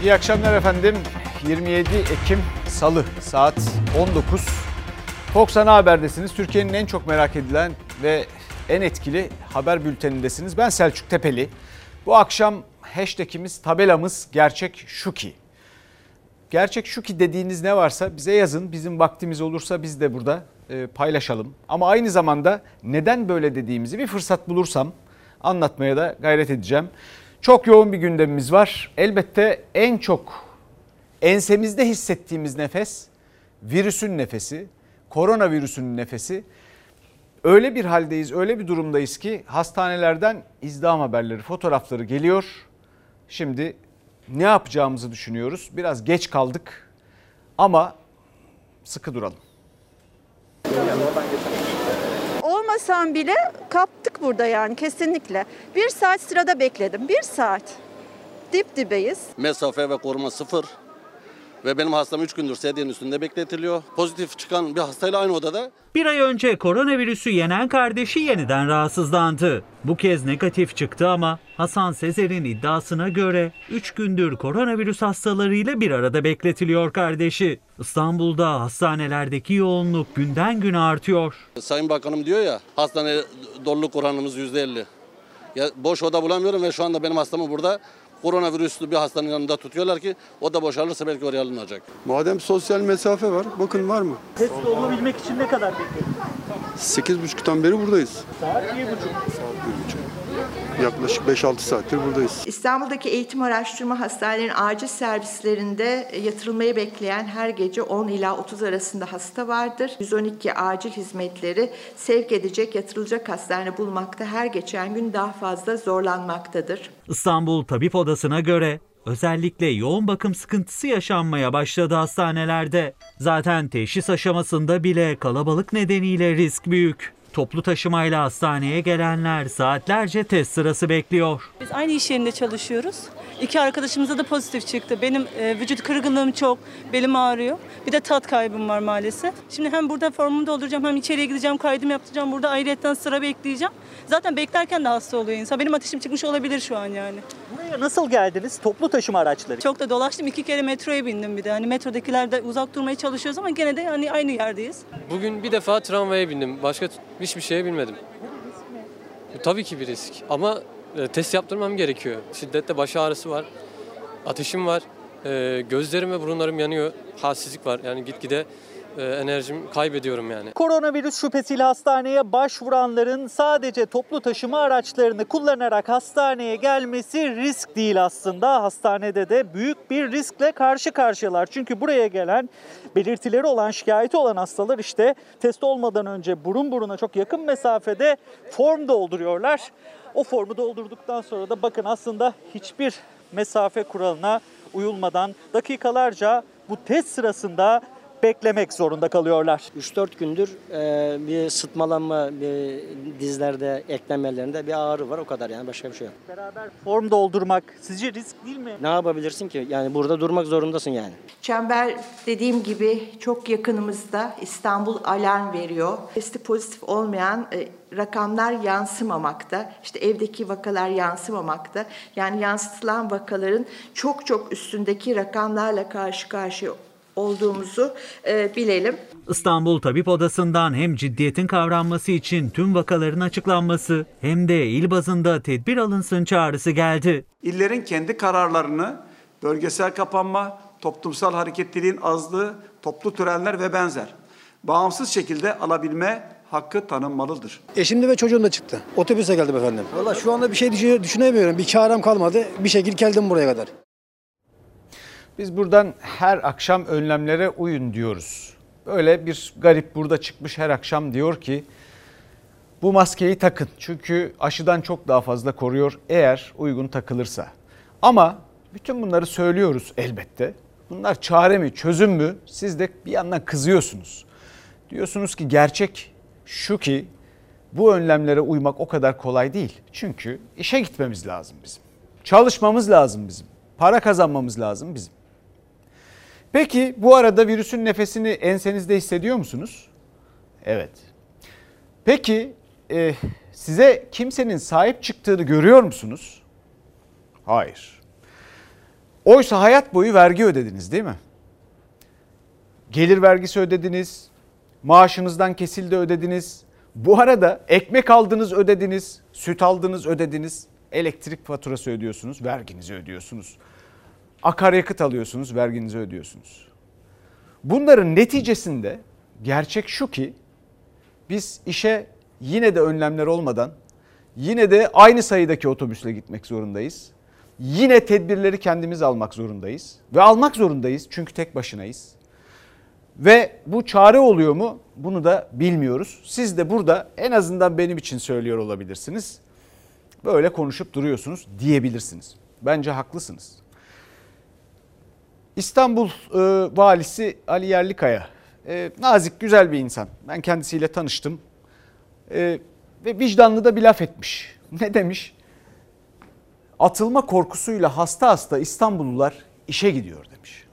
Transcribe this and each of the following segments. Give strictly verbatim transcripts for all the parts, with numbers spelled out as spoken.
İyi akşamlar efendim. yirmi yedi Ekim Salı saat on dokuz. Fox Ana Haber'desiniz. Türkiye'nin en çok merak edilen ve en etkili haber bültenindesiniz. Ben Selçuk Tepeli. Bu akşam hashtagimiz, tabelamız gerçek şu ki. Gerçek şu ki dediğiniz ne varsa bize yazın. Bizim vaktimiz olursa biz de burada e, paylaşalım. Ama aynı zamanda neden böyle dediğimizi bir fırsat bulursam anlatmaya da gayret edeceğim. Çok yoğun bir gündemimiz var. Elbette en çok ensemizde hissettiğimiz nefes virüsün nefesi, koronavirüsün nefesi. Öyle bir haldeyiz, öyle bir durumdayız ki hastanelerden izdiham haberleri, fotoğrafları geliyor. Şimdi ne yapacağımızı düşünüyoruz. Biraz geç kaldık ama sıkı duralım. Olmasam bile kaptık burada yani kesinlikle. Bir saat sırada bekledim. Bir saat. Dip dibeyiz. Mesafe ve koruma sıfır. Ve benim hastam üç gündür sedyenin üstünde bekletiliyor. Pozitif çıkan bir hastayla aynı odada. Bir ay önce koronavirüsü yenen kardeşi yeniden rahatsızlandı. Bu kez negatif çıktı ama Hasan Sezer'in iddiasına göre üç gündür koronavirüs hastalarıyla bir arada bekletiliyor kardeşi. İstanbul'da hastanelerdeki yoğunluk günden güne artıyor. Sayın Bakanım diyor ya, hastane doluluk oranımız yüzde elli. Ya boş oda bulamıyorum ve şu anda benim hastamı burada koronavirüslü bir hastanın yanında tutuyorlar ki o da boşalırsa belki oraya alınacak. Madem sosyal mesafe var, bakın var mı? Test olabilmek için ne kadar bekledin? sekiz buçuktan beri buradayız. Saat bir buçuk. Saat bir buçuk. Yaklaşık beş altı saattir buradayız. İstanbul'daki eğitim araştırma hastanelerinin acil servislerinde yatırılmayı bekleyen her gece on ila otuz arasında hasta vardır. yüz on iki acil hizmetleri sevk edecek, yatırılacak hastane bulmakta her geçen gün daha fazla zorlanmaktadır. İstanbul Tabip Odası'na göre özellikle yoğun bakım sıkıntısı yaşanmaya başladı hastanelerde. Zaten teşhis aşamasında bile kalabalık nedeniyle risk büyük. Toplu taşımayla hastaneye gelenler saatlerce test sırası bekliyor. Biz aynı iş yerinde çalışıyoruz. İki arkadaşımıza da pozitif çıktı. Benim e, vücut kırgınlığım çok, belim ağrıyor. Bir de tat kaybım var maalesef. Şimdi hem burada formumu dolduracağım hem içeriye gideceğim, kaydımı yaptıracağım. Burada ayrıyetten sıra bekleyeceğim. Zaten beklerken de hasta oluyor insan. Benim ateşim çıkmış olabilir şu an yani. Buraya nasıl geldiniz? Toplu taşıma araçları. Çok da dolaştım. İki kere metroya bindim bir de. Hani metrodakilerden uzak durmaya çalışıyoruz ama gene de hani aynı yerdeyiz. Bugün bir defa tramvaya bindim. Başka hiçbir şeye binmedim. Tabii ki bir risk ama e, test yaptırmam gerekiyor. Şiddetli baş ağrısı var, ateşim var, e, gözlerim ve burunlarım yanıyor, halsizlik var. Yani gitgide e, enerjimi kaybediyorum yani. Koronavirüs şüphesiyle hastaneye başvuranların sadece toplu taşıma araçlarını kullanarak hastaneye gelmesi risk değil aslında. Hastanede de büyük bir riskle karşı karşıyalar. Çünkü buraya gelen belirtileri olan, şikayeti olan hastalar işte test olmadan önce burun buruna çok yakın mesafede form dolduruyorlar. O formu doldurduktan sonra da bakın aslında hiçbir mesafe kuralına uyulmadan dakikalarca bu test sırasında beklemek zorunda kalıyorlar. üç dört gündür e, bir sıtmalanma, bir dizlerde, eklemlerinde bir ağrı var, o kadar yani, başka bir şey yok. Beraber form doldurmak sizce risk değil mi? Ne yapabilirsin ki? Yani burada durmak zorundasın yani. Çember dediğim gibi çok yakınımızda. İstanbul alarm veriyor. Testi pozitif olmayan e, rakamlar yansımamakta. İşte evdeki vakalar yansımamakta. Yani yansıtılan vakaların çok çok üstündeki rakamlarla karşı karşıya olduğumuzu e, bilelim. İstanbul Tabip Odası'ndan hem ciddiyetin kavranması için tüm vakaların açıklanması hem de il bazında tedbir alınsın çağrısı geldi. İllerin kendi kararlarını bölgesel kapanma, toplumsal hareketliliğin azlığı, toplu törenler ve benzer bağımsız şekilde alabilme hakkı tanınmalıdır. Eşimde ve çocuğum da çıktı. Otobüse geldim efendim. Valla şu anda bir şey düşünemiyorum. Bir çarem kalmadı. Bir şekilde geldim buraya kadar. Biz buradan her akşam önlemlere uyun diyoruz. Böyle bir garip burada çıkmış her akşam diyor ki bu maskeyi takın. Çünkü aşıdan çok daha fazla koruyor eğer uygun takılırsa. Ama bütün bunları söylüyoruz elbette. Bunlar çare mi, çözüm mü? Siz de bir yandan kızıyorsunuz. Diyorsunuz ki gerçek şu ki bu önlemlere uymak o kadar kolay değil. Çünkü işe gitmemiz lazım bizim. Çalışmamız lazım bizim. Para kazanmamız lazım bizim. Peki bu arada virüsün nefesini ensenizde hissediyor musunuz? Evet. Peki e, size kimsenin sahip çıktığını görüyor musunuz? Hayır. Oysa hayat boyu vergi ödediniz değil mi? Gelir vergisi ödediniz, maaşınızdan kesildi ödediniz. Bu arada ekmek aldınız ödediniz, süt aldınız ödediniz, elektrik faturası ödüyorsunuz, verginizi ödüyorsunuz. Akaryakıt alıyorsunuz, verginizi ödüyorsunuz. Bunların neticesinde gerçek şu ki biz işe yine de önlemler olmadan yine de aynı sayıdaki otobüsle gitmek zorundayız. Yine tedbirleri kendimiz almak zorundayız ve almak zorundayız çünkü tek başınayız. Ve bu çare oluyor mu? Bunu da bilmiyoruz. Siz de burada en azından benim için söylüyor olabilirsiniz. Böyle konuşup duruyorsunuz diyebilirsiniz. Bence haklısınız. İstanbul e, valisi Ali Yerlikaya e, nazik, güzel bir insan. Ben kendisiyle tanıştım e, ve vicdanlı da bir laf etmiş. Ne demiş? Atılma korkusuyla hasta hasta İstanbullular işe gidiyor demiş.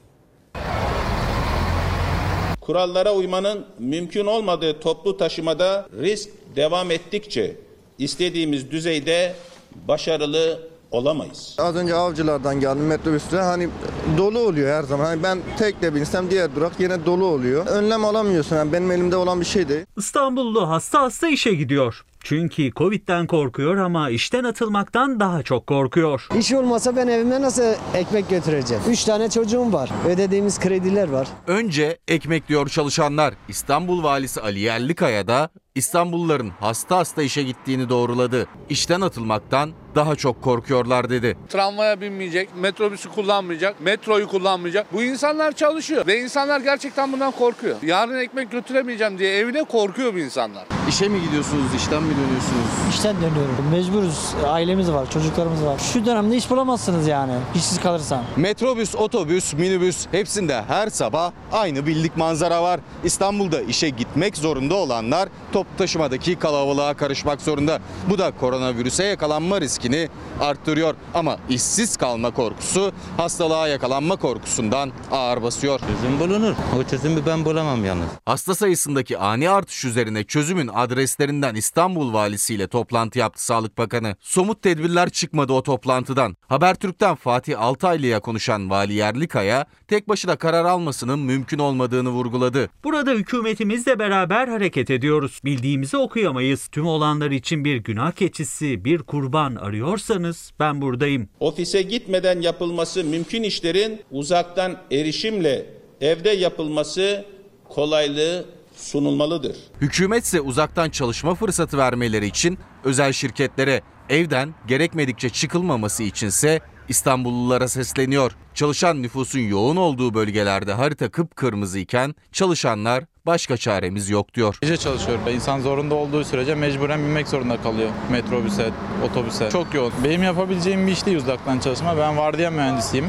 Kurallara uymanın mümkün olmadığı toplu taşımada risk devam ettikçe istediğimiz düzeyde başarılı olamayız. Az önce Avcılar'dan geldim metrobüste, hani dolu oluyor her zaman. Hani ben tekle binsem diğer durak yine dolu oluyor. Önlem alamıyorsun, yani benim elimde olan bir şey değil. İstanbullu hasta hasta işe gidiyor. Çünkü Covid'den korkuyor ama işten atılmaktan daha çok korkuyor. İş olmasa ben evime nasıl ekmek götüreceğim? Üç tane çocuğum var. Ödediğimiz krediler var. Önce ekmek diyor çalışanlar. İstanbul Valisi Ali Yerlikaya da İstanbulluların hasta hasta işe gittiğini doğruladı. İşten atılmaktan daha çok korkuyorlar dedi. Tramvaya binmeyecek, metrobüsü kullanmayacak, metroyu kullanmayacak. Bu insanlar çalışıyor ve insanlar gerçekten bundan korkuyor. Yarın ekmek götüremeyeceğim diye evine korkuyor bu insanlar. İşe mi gidiyorsunuz, işten mi dönüyorsunuz? İşten dönüyorum. Mecburuz. Ailemiz var, çocuklarımız var. Şu dönemde iş bulamazsınız yani, işsiz kalırsan. Metrobüs, otobüs, minibüs hepsinde her sabah aynı bildik manzara var. İstanbul'da işe gitmek zorunda olanlar toplu taşımadaki kalabalığa karışmak zorunda. Bu da koronavirüse yakalanma riskini arttırıyor. Ama işsiz kalma korkusu hastalığa yakalanma korkusundan ağır basıyor. Çözüm bulunur. O çözümü ben bulamam yalnız. Hasta sayısındaki ani artış üzerine çözümün adreslerinden İstanbul Valisi ile toplantı yaptı Sağlık Bakanı. Somut tedbirler çıkmadı o toplantıdan. Habertürk'ten Fatih Altaylı'ya konuşan Vali Yerlikaya tek başına karar almasının mümkün olmadığını vurguladı. Burada hükümetimizle beraber hareket ediyoruz. Bildiğimizi okuyamayız. Tüm olanlar için bir günah keçisi, bir kurban arıyorsanız ben buradayım. Ofise gitmeden yapılması mümkün işlerin uzaktan erişimle evde yapılması kolaylığı sunulmalıdır. Hükümetse uzaktan çalışma fırsatı vermeleri için özel şirketlere, evden gerekmedikçe çıkılmaması içinse İstanbullulara sesleniyor. Çalışan nüfusun yoğun olduğu bölgelerde harita kıpkırmızı iken çalışanlar başka çaremiz yok diyor. Gece çalışıyorum. İnsan zorunda olduğu sürece mecburen binmek zorunda kalıyor. Metrobüse, otobüse. Çok yoğun. Benim yapabileceğim bir iş değil uzaktan çalışma. Ben vardiya mühendisiyim.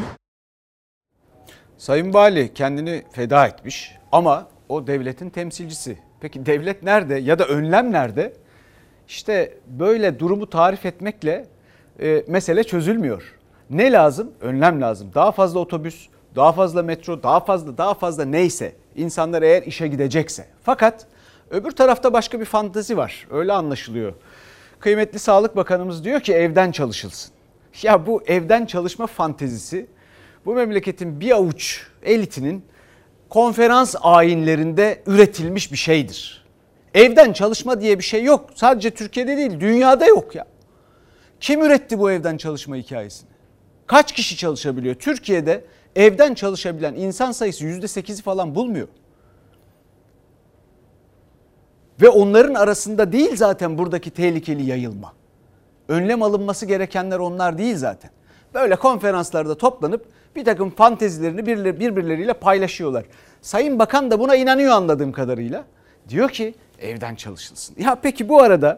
Sayın Vali kendini feda etmiş ama o devletin temsilcisi. Peki devlet nerede ya da önlem nerede? İşte böyle durumu tarif etmekle e, mesele çözülmüyor. Ne lazım? Önlem lazım. Daha fazla otobüs, daha fazla metro, daha fazla daha fazla neyse. İnsanlar eğer işe gidecekse. Fakat öbür tarafta başka bir fantezi var. Öyle anlaşılıyor. Kıymetli Sağlık Bakanımız diyor ki evden çalışılsın. Ya bu evden çalışma fantezisi bu memleketin bir avuç elitinin konferans ayinlerinde üretilmiş bir şeydir. Evden çalışma diye bir şey yok. Sadece Türkiye'de değil, dünyada yok ya. Kim üretti bu evden çalışma hikayesini? Kaç kişi çalışabiliyor? Türkiye'de evden çalışabilen insan sayısı yüzde sekizi falan bulmuyor. Ve onların arasında değil zaten buradaki tehlikeli yayılma. Önlem alınması gerekenler onlar değil zaten. Böyle konferanslarda toplanıp bir takım fantezilerini birbirleriyle paylaşıyorlar. Sayın Bakan da buna inanıyor anladığım kadarıyla. Diyor ki evden çalışılsın. Ya peki bu arada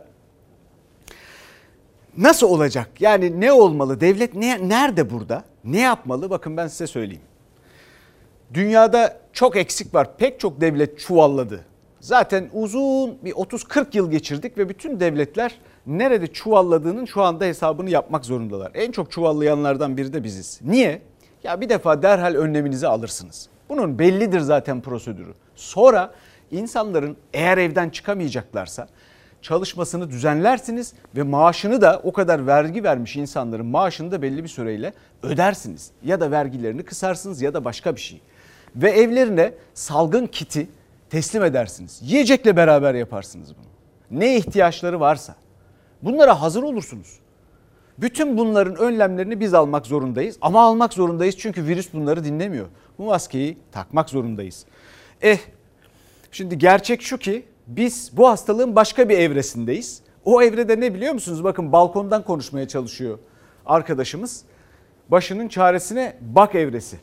nasıl olacak? Yani ne olmalı? Devlet ne, nerede burada? Ne yapmalı? Bakın ben size söyleyeyim. Dünyada çok eksik var. Pek çok devlet çuvalladı. Zaten uzun bir otuz kırk yıl geçirdik ve bütün devletler nerede çuvalladığının şu anda hesabını yapmak zorundalar. En çok çuvallayanlardan biri de biziz. Niye? Ya bir defa derhal önleminizi alırsınız. Bunun bellidir zaten prosedürü. Sonra insanların eğer evden çıkamayacaklarsa çalışmasını düzenlersiniz ve maaşını da o kadar vergi vermiş insanların maaşını da belli bir süreyle ödersiniz. Ya da vergilerini kısarsınız ya da başka bir şey. Ve evlerine salgın kiti teslim edersiniz. Yiyecekle beraber yaparsınız bunu. Ne ihtiyaçları varsa bunlara hazır olursunuz. Bütün bunların önlemlerini biz almak zorundayız ama almak zorundayız çünkü virüs bunları dinlemiyor. Bu maskeyi takmak zorundayız. Eh şimdi gerçek şu ki biz bu hastalığın başka bir evresindeyiz. O evrede ne biliyor musunuz? Bakın balkondan konuşmaya çalışıyor arkadaşımız. Başının çaresine bak evresi.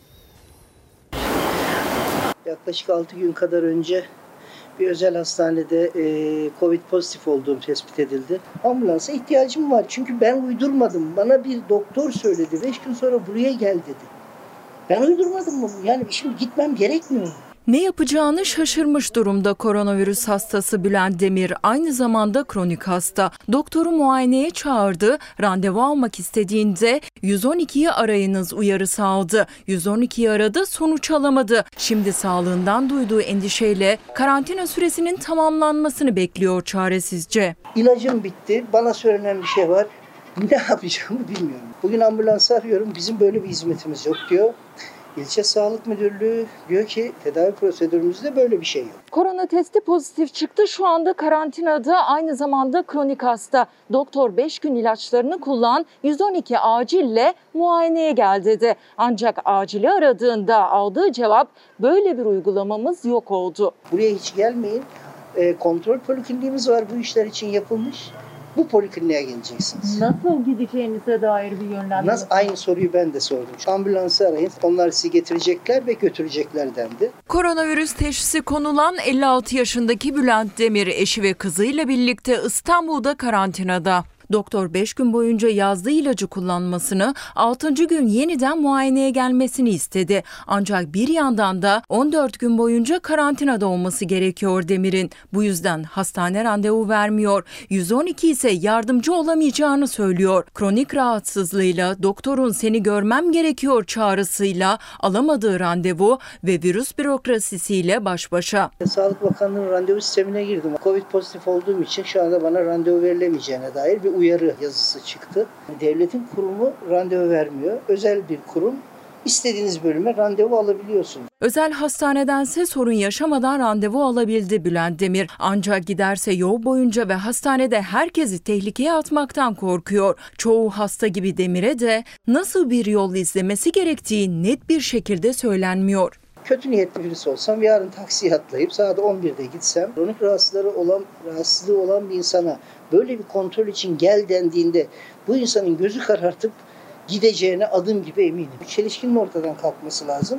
Yaklaşık altı gün kadar önce bir özel hastanede e, Covid pozitif olduğum tespit edildi. Ambulansa ihtiyacım var çünkü ben uydurmadım. Bana bir doktor söyledi. Beş gün sonra buraya gel dedi. Ben uydurmadım bunu. Yani şimdi gitmem gerekmiyor. Ne yapacağını şaşırmış durumda koronavirüs hastası Bülent Demir. Aynı zamanda kronik hasta. Doktoru muayeneye çağırdı. Randevu almak istediğinde yüz on ikiyi arayınız uyarısı aldı. yüz on ikiyi aradı, sonuç alamadı. Şimdi sağlığından duyduğu endişeyle karantina süresinin tamamlanmasını bekliyor çaresizce. İlacım bitti. Bana söylenen bir şey var. Ne yapacağımı bilmiyorum. Bugün ambulansı arıyorum. Bizim böyle bir hizmetimiz yok diyor. İlçe Sağlık Müdürlüğü diyor ki tedavi prosedürümüzde böyle bir şey yok. Korona testi pozitif çıktı. Şu anda karantinada, aynı zamanda kronik hasta. Doktor beş gün ilaçlarını kullan, yüz on iki acille muayeneye gel dedi. Ancak acili aradığında aldığı cevap böyle bir uygulamamız yok oldu. Buraya hiç gelmeyin. E, kontrol polikliniğimiz var, bu işler için yapılmış. Bu polikliniğe geleceksiniz. Nasıl gideceğinize dair bir yönlendirme? Nasıl? Aynı soruyu ben de sordum. Ambulansı arayın. Onlar sizi getirecekler ve götürecekler dendi. Koronavirüs teşhisi konulan elli altı yaşındaki Bülent Demir eşi ve kızıyla birlikte İstanbul'da karantinada. Doktor beş gün boyunca yazdığı ilacı kullanmasını, altıncı gün yeniden muayeneye gelmesini istedi. Ancak bir yandan da on dört gün boyunca karantinada olması gerekiyor Demir'in. Bu yüzden hastane randevu vermiyor. yüz on iki ise yardımcı olamayacağını söylüyor. Kronik rahatsızlığıyla doktorun seni görmem gerekiyor çağrısıyla alamadığı randevu ve virüs bürokrasisiyle baş başa. Sağlık Bakanlığı'nın randevu sistemine girdim. Covid pozitif olduğum için şu anda bana randevu verilemeyeceğine dair bir uyarı yazısı çıktı. Devletin kurumu randevu vermiyor. Özel bir kurum, istediğiniz bölüme randevu alabiliyorsunuz. Özel hastanedense sorun yaşamadan randevu alabildi Bülent Demir. Ancak giderse yol boyunca ve hastanede herkesi tehlikeye atmaktan korkuyor. Çoğu hasta gibi Demir'e de nasıl bir yol izlemesi gerektiği net bir şekilde söylenmiyor. Kötü niyetli birisi olsam yarın taksiye atlayıp saat on birde gitsem, kronik rahatsızlığı olan, rahatsızlığı olan bir insana böyle bir kontrol için gel dendiğinde bu insanın gözü karartıp gideceğine adım gibi eminim. Çelişkinin ortadan kalkması lazım.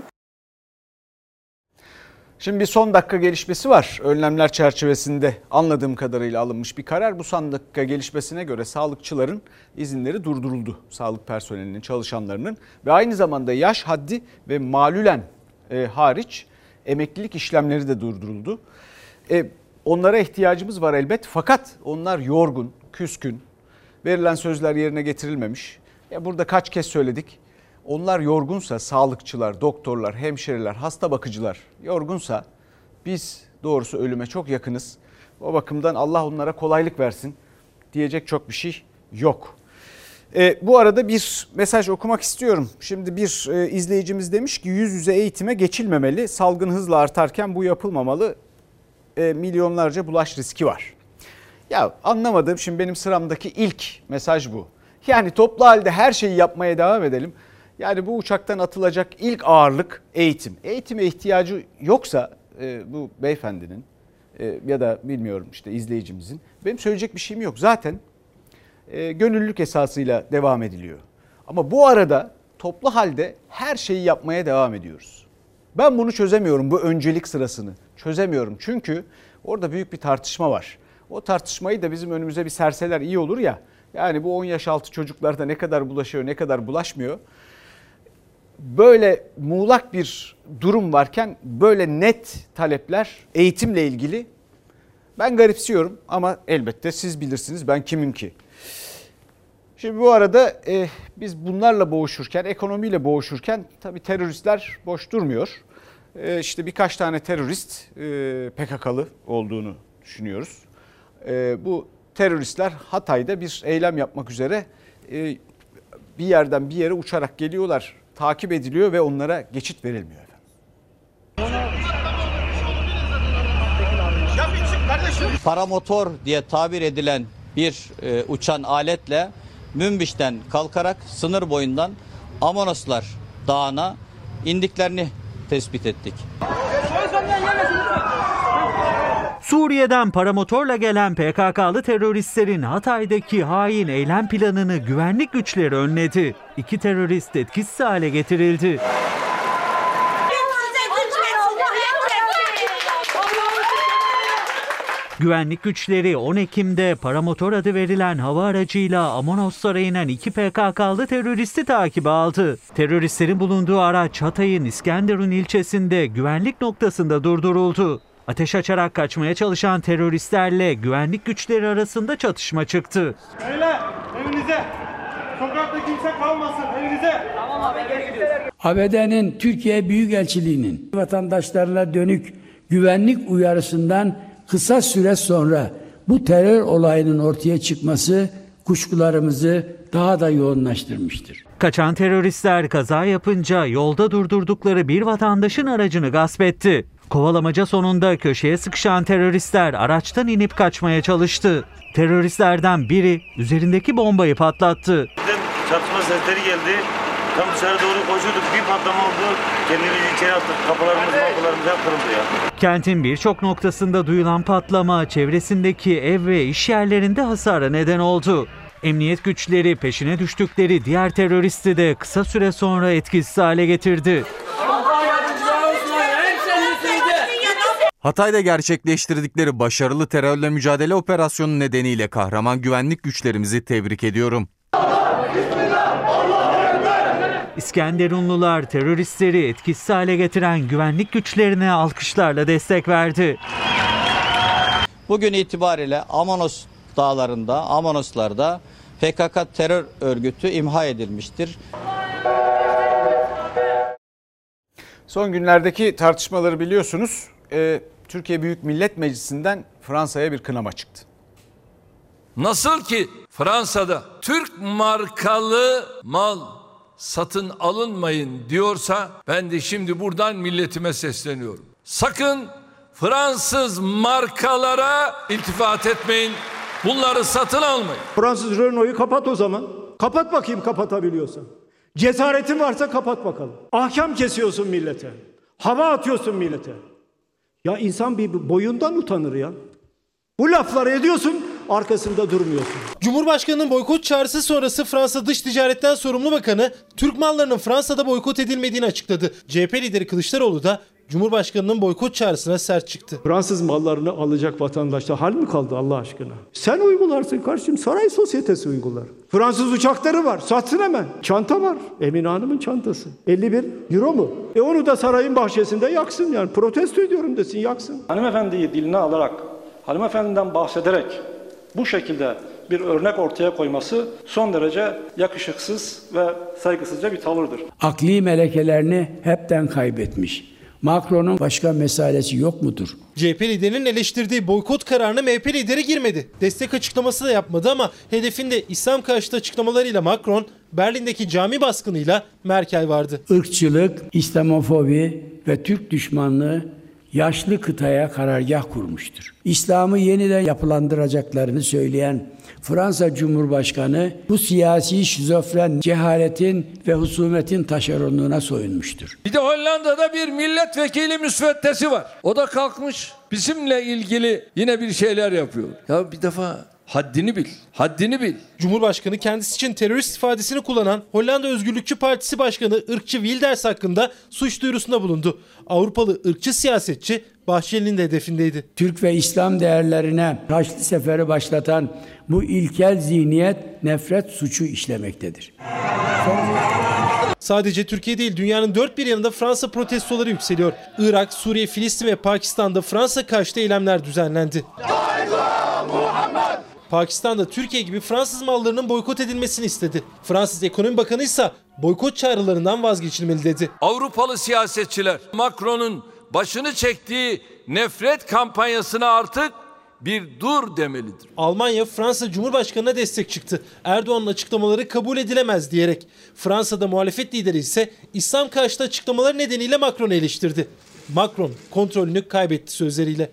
Şimdi bir son dakika gelişmesi var. Önlemler çerçevesinde anladığım kadarıyla alınmış bir karar. Bu son dakika gelişmesine göre sağlıkçıların izinleri durduruldu. Sağlık personelinin, çalışanlarının ve aynı zamanda yaş haddi ve malülen e, hariç emeklilik işlemleri de durduruldu. E, onlara ihtiyacımız var elbet, fakat onlar yorgun, küskün, verilen sözler yerine getirilmemiş. Ya burada kaç kez söyledik. Onlar yorgunsa, sağlıkçılar, doktorlar, hemşireler, hasta bakıcılar yorgunsa biz doğrusu ölüme çok yakınız. O bakımdan Allah onlara kolaylık versin diyecek çok bir şey yok. E, bu arada bir mesaj okumak istiyorum. Şimdi bir e, izleyicimiz demiş ki yüz yüze eğitime geçilmemeli. Salgın hızla artarken bu yapılmamalı. E, milyonlarca bulaş riski var. Ya anlamadım, şimdi benim sıramdaki ilk mesaj bu. Yani toplu halde her şeyi yapmaya devam edelim. Yani bu uçaktan atılacak ilk ağırlık eğitim. Eğitime ihtiyacı yoksa e, bu beyefendinin e, ya da bilmiyorum işte izleyicimizin, benim söyleyecek bir şeyim yok. Zaten e, gönüllülük esasıyla devam ediliyor. Ama bu arada toplu halde her şeyi yapmaya devam ediyoruz. Ben bunu çözemiyorum, bu öncelik sırasını çözemiyorum. Çünkü orada büyük bir tartışma var. O tartışmayı da bizim önümüze bir serseler iyi olur ya. Yani bu on yaş altı çocuklarda ne kadar bulaşıyor, ne kadar bulaşmıyor. Böyle muğlak bir durum varken böyle net talepler eğitimle ilgili ben garipsiyorum ama elbette siz bilirsiniz, ben kimim ki. Şimdi bu arada e, biz bunlarla boğuşurken, ekonomiyle boğuşurken tabii teröristler boş durmuyor. E, işte birkaç tane terörist e, P K K'lı olduğunu düşünüyoruz. E, bu teröristler Hatay'da bir eylem yapmak üzere e, bir yerden bir yere uçarak geliyorlar. Takip ediliyor ve onlara geçit verilmiyor. Paramotor diye tabir edilen bir e, uçan aletle Münbiş'ten kalkarak sınır boyundan Amonoslar Dağı'na indiklerini tespit ettik. Suriye'den paramotorla gelen P K K'lı teröristlerin Hatay'daki hain eylem planını güvenlik güçleri önledi. İki terörist etkisiz hale getirildi. Güvenlik güçleri on Ekim'de paramotor adı verilen hava aracıyla Amonoslara inen iki P K K'lı teröristi takibe aldı. Teröristlerin bulunduğu araç Hatay'ın İskenderun ilçesinde güvenlik noktasında durduruldu. Ateş açarak kaçmaya çalışan teröristlerle güvenlik güçleri arasında çatışma çıktı. Beyler evinize, sokakta kimse kalmasın evinize. Tamam abi geri A B D'nin Türkiye Büyükelçiliği'nin vatandaşlarına dönük güvenlik uyarısından kısa süre sonra bu terör olayının ortaya çıkması kuşkularımızı daha da yoğunlaştırmıştır. Kaçan teröristler kaza yapınca yolda durdurdukları bir vatandaşın aracını gasp etti. Kovalamaca sonunda köşeye sıkışan teröristler araçtan inip kaçmaya çalıştı. Teröristlerden biri üzerindeki bombayı patlattı. Çatışma sesleri geldi. Tam dışarı doğru koşuyorduk. Bir patlama oldu. Kendimizi içeri attık. Kapılarımız, kapılarımız hep kırıldı ya. Kentin birçok noktasında duyulan patlama çevresindeki ev ve iş yerlerinde hasara neden oldu. Emniyet güçleri peşine düştükleri diğer teröristi de kısa süre sonra etkisiz hale getirdi. Hatay'da gerçekleştirdikleri başarılı terörle mücadele operasyonu nedeniyle kahraman güvenlik güçlerimizi tebrik ediyorum. İskenderunlular teröristleri etkisiz hale getiren güvenlik güçlerine alkışlarla destek verdi. Bugün itibariyle Amonos dağlarında, Amonoslarda P K K terör örgütü imha edilmiştir. Son günlerdeki tartışmaları biliyorsunuz. Ee, Türkiye Büyük Millet Meclisi'nden Fransa'ya bir kınama çıktı. Nasıl ki Fransa'da Türk markalı mal satın alınmayın diyorsa ben de şimdi buradan milletime sesleniyorum. Sakın Fransız markalara iltifat etmeyin. Bunları satın almayın. Fransız Renault'u kapat o zaman. Kapat bakayım kapatabiliyorsan. Cesaretin varsa kapat bakalım. Ahkam kesiyorsun millete. Hava atıyorsun millete. Ya insan bir boyundan utanır ya. Bu lafları ediyorsun, arkasında durmuyorsun. Cumhurbaşkanının boykot çağrısı sonrası Fransa Dış Ticaret'ten sorumlu bakanı Türk mallarının Fransa'da boykot edilmediğini açıkladı. C H P lideri Kılıçdaroğlu da Cumhurbaşkanının boykot çağrısına sert çıktı. Fransız mallarını alacak vatandaşta hal mi kaldı Allah aşkına? Sen uygularsın kardeşim, saray sosyetesi uygular. Fransız uçakları var, satsın hemen. Çanta var, Emine Hanım'ın çantası. elli bir euro mu? E onu da sarayın bahçesinde yaksın yani. Protesto ediyorum desin, yaksın. Hanımefendiyi diline alarak, hanımefendiden bahsederek bu şekilde bir örnek ortaya koyması son derece yakışıksız ve saygısızca bir tavırdır. Akli melekelerini hepten kaybetmiş. Macron'un başka meselesi yok mudur? C H P liderinin eleştirdiği boykot kararına M H P lideri girmedi. Destek açıklaması da yapmadı ama hedefinde İslam karşıtı açıklamalarıyla Macron, Berlin'deki cami baskınıyla Merkel vardı. Irkçılık, İslamofobi ve Türk düşmanlığı yaşlı kıtaya karargah kurmuştur. İslam'ı yeniden yapılandıracaklarını söyleyen Fransa Cumhurbaşkanı bu siyasi şizofren cehaletin ve husumetin taşeronluğuna soyunmuştur. Bir de Hollanda'da bir milletvekili müsveddesi var. O da kalkmış bizimle ilgili yine bir şeyler yapıyor. Ya bir defa haddini bil, haddini bil. Cumhurbaşkanı kendisi için terörist ifadesini kullanan Hollanda Özgürlükçü Partisi Başkanı ırkçı Wilders hakkında suç duyurusunda bulundu. Avrupalı ırkçı siyasetçi Bahçeli'nin de hedefindeydi. Türk ve İslam değerlerine Haçlı Seferi başlatan bu ilkel zihniyet nefret suçu işlemektedir. Sadece Türkiye değil, dünyanın dört bir yanında Fransa protestoları yükseliyor. Irak, Suriye, Filistin ve Pakistan'da Fransa karşıtı eylemler düzenlendi. Pakistan'da Türkiye gibi Fransız mallarının boykot edilmesini istedi. Fransız Ekonomi Bakanı ise boykot çağrılarından vazgeçilmeli dedi. Avrupalı siyasetçiler Macron'un başını çektiği nefret kampanyasına artık bir dur demelidir. Almanya Fransa Cumhurbaşkanı'na destek çıktı. Erdoğan'ın açıklamaları kabul edilemez diyerek. Fransa'da muhalefet lideri ise İslam karşıtı açıklamaları nedeniyle Macron'u eleştirdi. Macron kontrolünü kaybetti sözleriyle.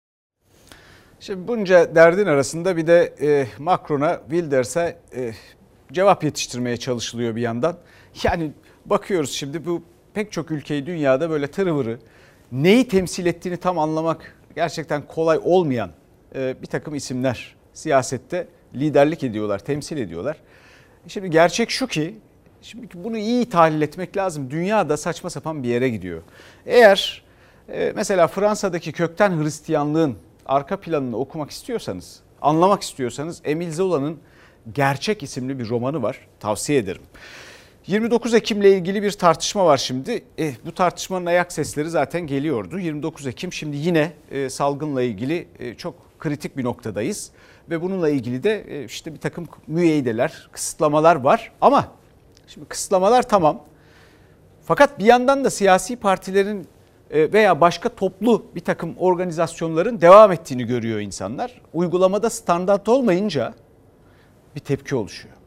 Şimdi bunca derdin arasında bir de e, Macron'a Wilders'e e, cevap yetiştirmeye çalışılıyor bir yandan. Yani bakıyoruz şimdi bu pek çok ülkeyi dünyada böyle tırıvırı neyi temsil ettiğini tam anlamak gerçekten kolay olmayan e, bir takım isimler siyasette liderlik ediyorlar, temsil ediyorlar. Şimdi gerçek şu ki şimdi bunu iyi tahlil etmek lazım. Dünya da saçma sapan bir yere gidiyor. Eğer e, mesela Fransa'daki kökten Hristiyanlığın arka planını okumak istiyorsanız, anlamak istiyorsanız Emile Zola'nın Gerçek isimli bir romanı var. Tavsiye ederim. yirmi dokuz Ekim'le ilgili bir tartışma var şimdi. E, bu tartışmanın ayak sesleri zaten geliyordu. yirmi dokuz Ekim şimdi yine e, salgınla ilgili e, çok kritik bir noktadayız. Ve bununla ilgili de e, işte bir takım müeyyideler, kısıtlamalar var. Ama şimdi kısıtlamalar tamam. Fakat bir yandan da siyasi partilerin e, veya başka toplu bir takım organizasyonların devam ettiğini görüyor insanlar. Uygulamada standart olmayınca bir tepki oluşuyor.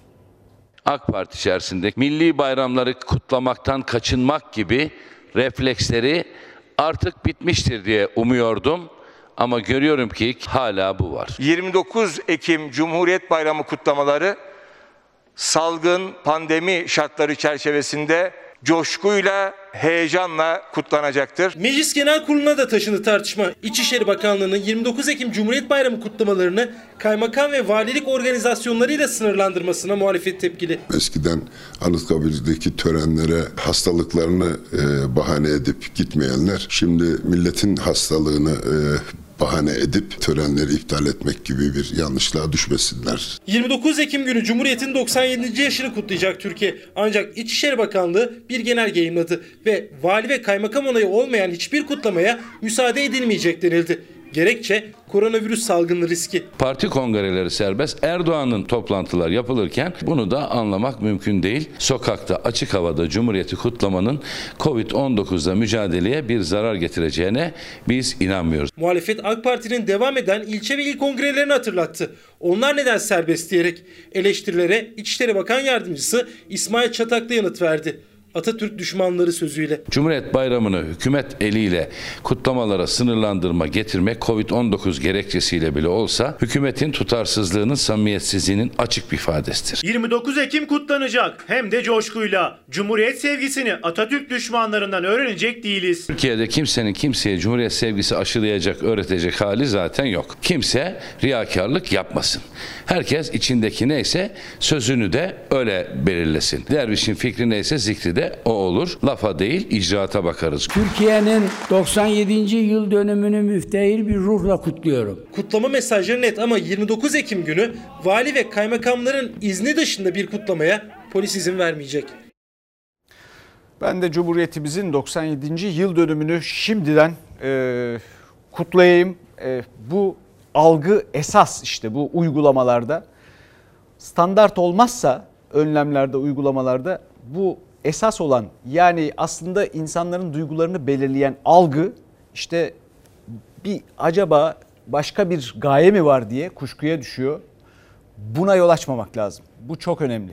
AK Parti içerisinde milli bayramları kutlamaktan kaçınmak gibi refleksleri artık bitmiştir diye umuyordum. Ama görüyorum ki hala bu var. yirmi dokuz Ekim Cumhuriyet Bayramı kutlamaları salgın pandemi şartları çerçevesinde coşkuyla, heyecanla kutlanacaktır. Meclis Genel Kurulu'na da taşındı tartışma. İçişleri Bakanlığı'nın yirmi dokuz Ekim Cumhuriyet Bayramı kutlamalarını kaymakam ve valilik organizasyonlarıyla sınırlandırmasına muhalefet tepkili. Eskiden Anıtkabir'deki törenlere hastalıklarını e, bahane edip gitmeyenler şimdi milletin hastalığını e, bahane edip törenleri iptal etmek gibi bir yanlışlığa düşmesinler. yirmi dokuz Ekim günü Cumhuriyet'in doksan yedinci yaşını kutlayacak Türkiye. Ancak İçişleri Bakanlığı bir genelge yayımladı ve vali ve kaymakam onayı olmayan hiçbir kutlamaya müsaade edilmeyecek denildi. Gerekçe koronavirüs salgını riski. Parti kongreleri serbest. Erdoğan'ın toplantılar yapılırken bunu da anlamak mümkün değil. Sokakta, açık havada Cumhuriyeti kutlamanın kovid on dokuzla mücadeleye bir zarar getireceğine biz inanmıyoruz. Muhalefet AK Parti'nin devam eden ilçe ve il kongrelerini hatırlattı. Onlar neden serbest diyerek eleştirilere İçişleri Bakan Yardımcısı İsmail Çataklı yanıt verdi. Atatürk düşmanları sözüyle. Cumhuriyet Bayramı'nı hükümet eliyle kutlamalara sınırlandırma getirmek kovid on dokuz gerekçesiyle bile olsa hükümetin tutarsızlığının, samimiyetsizliğinin açık bir ifadesidir. yirmi dokuz Ekim kutlanacak hem de coşkuyla. Cumhuriyet sevgisini Atatürk düşmanlarından öğrenecek değiliz. Türkiye'de kimsenin kimseye Cumhuriyet sevgisi aşılayacak, öğretecek hali zaten yok. Kimse riyakarlık yapmasın. Herkes içindeki neyse sözünü de öyle belirlesin. Dervişin fikri neyse zikri de o olur. Lafa değil icraata bakarız. Türkiye'nin doksan yedinci yıl dönümünü müftehir bir ruhla kutluyorum. Kutlama mesajları net ama yirmi dokuz Ekim günü vali ve kaymakamların izni dışında bir kutlamaya polis izin vermeyecek. Ben de Cumhuriyetimizin doksan yedinci yıl dönümünü şimdiden e, kutlayayım. E, bu algı esas işte bu uygulamalarda. Standart olmazsa önlemlerde, uygulamalarda bu esas olan, yani aslında insanların duygularını belirleyen algı işte bir acaba başka bir gaye mi var diye kuşkuya düşüyor. Buna yol açmamak lazım. Bu çok önemli.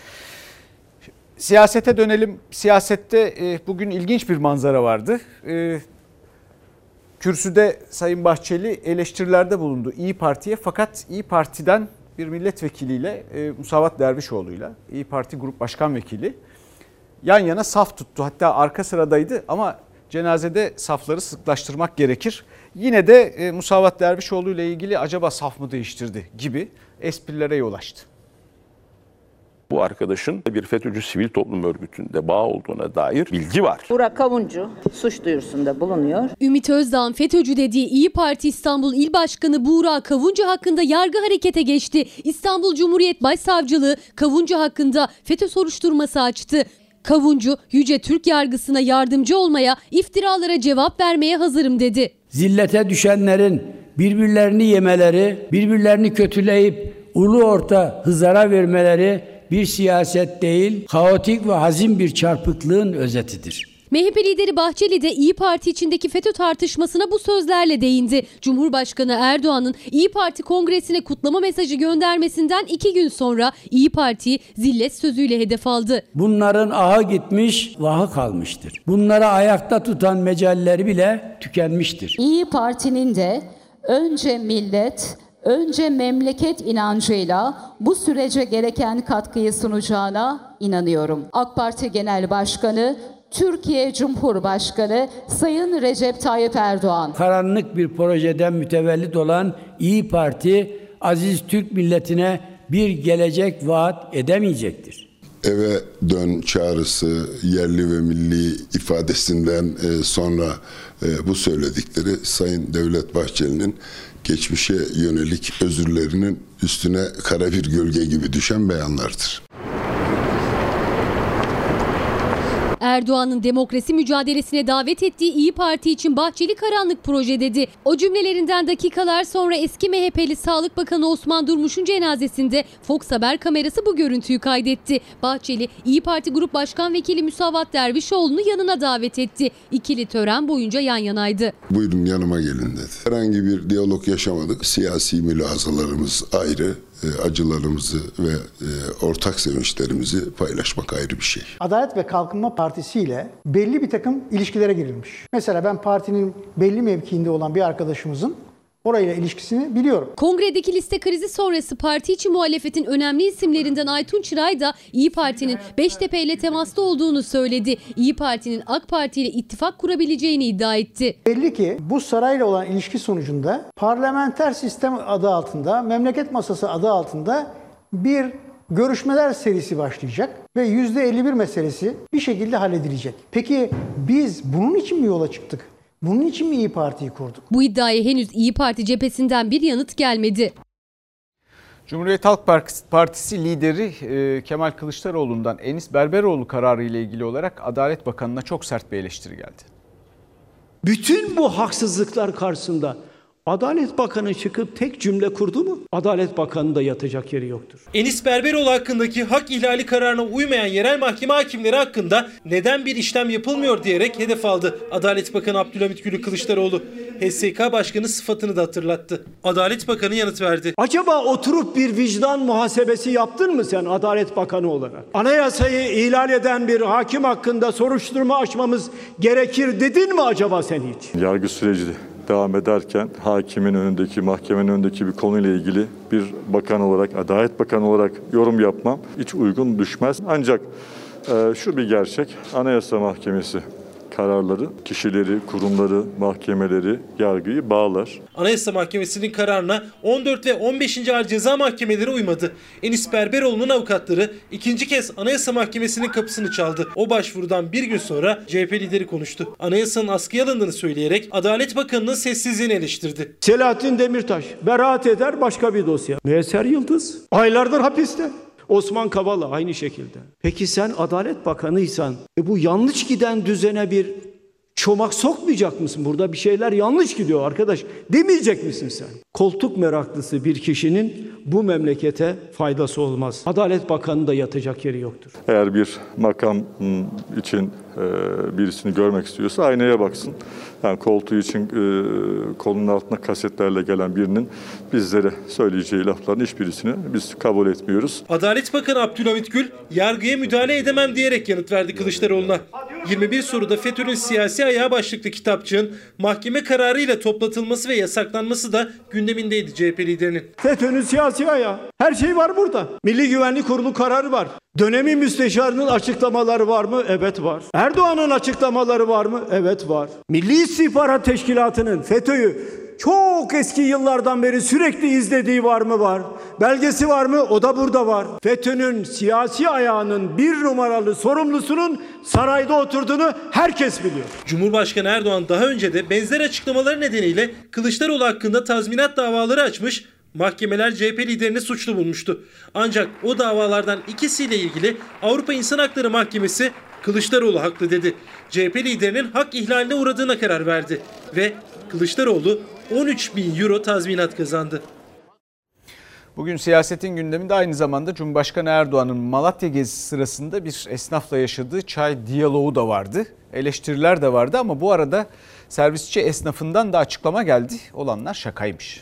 Siyasete dönelim. Siyasette bugün ilginç bir manzara vardı. Kürsüde Sayın Bahçeli eleştirilerde bulundu İYİ Parti'ye, fakat İYİ Parti'den bir milletvekiliyle Musavat Dervişoğlu'yla, İYİ Parti Grup Başkan Vekili yan yana saf tuttu. Hatta arka sıradaydı ama cenazede safları sıklaştırmak gerekir. Yine de Musavat Dervişoğlu ile ilgili acaba saf mı değiştirdi gibi esprilere yol açtı. Bu arkadaşın bir FETÖ'cü sivil toplum örgütünde bağ olduğuna dair bilgi var. Burak Kavuncu suç duyurusunda bulunuyor. Ümit Özdağ'ın FETÖ'cü dediği İYİ Parti İstanbul İl Başkanı Burak Kavuncu hakkında yargı harekete geçti. İstanbul Cumhuriyet Başsavcılığı Kavuncu hakkında FETÖ soruşturması açtı. Kavuncu, Yüce Türk yargısına yardımcı olmaya, iftiralara cevap vermeye hazırım dedi. Zillete düşenlerin birbirlerini yemeleri, birbirlerini kötüleyip ulu orta hızara vermeleri bir siyaset değil, kaotik ve hazin bir çarpıklığın özetidir. M H P lideri Bahçeli de İyi Parti içindeki FETÖ tartışmasına bu sözlerle değindi. Cumhurbaşkanı Erdoğan'ın İyi Parti kongresine kutlama mesajı göndermesinden iki gün sonra İyi Parti'yi zillet sözüyle hedef aldı. Bunların ahı gitmiş, vahı kalmıştır. Bunları ayakta tutan mecalleri bile tükenmiştir. İyi Parti'nin de önce millet, önce memleket inancıyla bu sürece gereken katkıyı sunacağına inanıyorum. AK Parti Genel Başkanı, Türkiye Cumhurbaşkanı Sayın Recep Tayyip Erdoğan. Karanlık bir projeden mütevellit olan İyi Parti, aziz Türk milletine bir gelecek vaat edemeyecektir. Eve dön çağrısı, yerli ve milli ifadesinden sonra bu söyledikleri Sayın Devlet Bahçeli'nin geçmişe yönelik özürlerinin üstüne kara bir gölge gibi düşen beyanlardır. Erdoğan'ın demokrasi mücadelesine davet ettiği İyi Parti için Bahçeli karanlık proje dedi. O cümlelerinden dakikalar sonra eski M H P'li Sağlık Bakanı Osman Durmuş'un cenazesinde Fox Haber kamerası bu görüntüyü kaydetti. Bahçeli, İyi Parti Grup Başkan Vekili Müsavat Dervişoğlu'nu yanına davet etti. İkili tören boyunca yan yanaydı. Buyurun yanıma gelin dedi. Herhangi bir diyalog yaşamadık. Siyasi mülahazalarımız ayrı. Acılarımızı ve ortak sevinçlerimizi paylaşmak ayrı bir şey. Adalet ve Kalkınma Partisi ile belli bir takım ilişkilere girilmiş. Mesela ben partinin belli mevkiinde olan bir arkadaşımızın orayla ilişkisini biliyorum. Kongredeki liste krizi sonrası parti içi muhalefetin önemli isimlerinden Aytun Çıray da İyi Parti'nin Beştepe ile temasta olduğunu söyledi. İyi Parti'nin AK Parti ile ittifak kurabileceğini iddia etti. Belli ki bu sarayla olan ilişki sonucunda parlamenter sistem adı altında, memleket masası adı altında bir görüşmeler serisi başlayacak ve yüzde elli bir meselesi bir şekilde halledilecek. Peki biz bunun için mi yola çıktık? Bunun için mi İyi Parti'yi kurduk? Bu iddiaya henüz İyi Parti cephesinden bir yanıt gelmedi. Cumhuriyet Halk Partisi lideri Kemal Kılıçdaroğlu'ndan Enis Berberoğlu kararı ile ilgili olarak Adalet Bakanı'na çok sert bir eleştiri geldi. Bütün bu haksızlıklar karşısında Adalet Bakanı çıkıp tek cümle kurdu mu? Adalet Bakanı'nın da yatacak yeri yoktur. Enis Berberoğlu hakkındaki hak ihlali kararına uymayan yerel mahkeme hakimleri hakkında neden bir işlem yapılmıyor diyerek hedef aldı Adalet Bakanı Abdülhamit Gülü Kılıçdaroğlu. H S K Başkanı sıfatını da hatırlattı. Adalet Bakanı yanıt verdi. Acaba oturup bir vicdan muhasebesi yaptın mı sen Adalet Bakanı olarak? Anayasayı ihlal eden bir hakim hakkında soruşturma açmamız gerekir dedin mi acaba sen hiç? Yargı süreci devam ederken hakimin önündeki, mahkemenin önündeki bir konuyla ilgili bir bakan olarak, Adalet Bakanı olarak yorum yapmam hiç uygun düşmez. Ancak e, şu bir gerçek, Anayasa Mahkemesi kararları kişileri, kurumları, mahkemeleri, yargıyı bağlar. Anayasa Mahkemesi'nin kararına on dört ve on beşinci Ağır Ceza Mahkemeleri uymadı. Enis Berberoğlu'nun avukatları ikinci kez Anayasa Mahkemesi'nin kapısını çaldı. O başvurudan bir gün sonra C H P lideri konuştu. Anayasanın askıya alındığını söyleyerek Adalet Bakanı'nın sessizliğini eleştirdi. Selahattin Demirtaş beraat eder, başka bir dosya. Müyesser Yıldız aylardır hapiste. Osman Kavala aynı şekilde. Peki sen Adalet Bakanıysan e bu yanlış giden düzene bir çomak sokmayacak mısın? Burada bir şeyler yanlış gidiyor arkadaş demeyecek misin sen? Koltuk meraklısı bir kişinin bu memlekete faydası olmaz. Adalet Bakanı da yatacak yeri yoktur. Eğer bir makam için birisini görmek istiyorsa aynaya baksın. Yani koltuğu için kolunun altına kasetlerle gelen birinin bizlere söyleyeceği lafların hiçbirisini biz kabul etmiyoruz. Adalet Bakanı Abdülhamit Gül yargıya müdahale edemem diyerek yanıt verdi Kılıçdaroğlu'na. yirmi bir soruda FETÖ'nün siyasi ayağı başlıklı kitapçığın mahkeme kararıyla toplatılması ve yasaklanması da gündemindeydi C H P liderinin. FETÖ'nün siyasi ayağı. Her şey var burada. Milli Güvenlik Kurulu kararı var. Dönemi müsteşarının açıklamaları var mı? Evet var. Erdoğan'ın açıklamaları var mı? Evet var. Milli İstihbarat Teşkilatı'nın FETÖ'yü çok eski yıllardan beri sürekli izlediği var mı? Var. Belgesi var mı? O da burada var. FETÖ'nün siyasi ayağının bir numaralı sorumlusunun sarayda oturduğunu herkes biliyor. Cumhurbaşkanı Erdoğan daha önce de benzer açıklamaları nedeniyle Kılıçdaroğlu hakkında tazminat davaları açmış, mahkemeler C H P liderini suçlu bulmuştu. Ancak o davalardan ikisiyle ilgili Avrupa İnsan Hakları Mahkemesi Kılıçdaroğlu haklı dedi. C H P liderinin hak ihlaline uğradığına karar verdi ve Kılıçdaroğlu on üç bin euro tazminat kazandı. Bugün siyasetin gündeminde aynı zamanda Cumhurbaşkanı Erdoğan'ın Malatya gezisi sırasında bir esnafla yaşadığı çay diyaloğu da vardı. Eleştiriler de vardı ama bu arada servisçi esnafından da açıklama geldi. Olanlar şakaymış.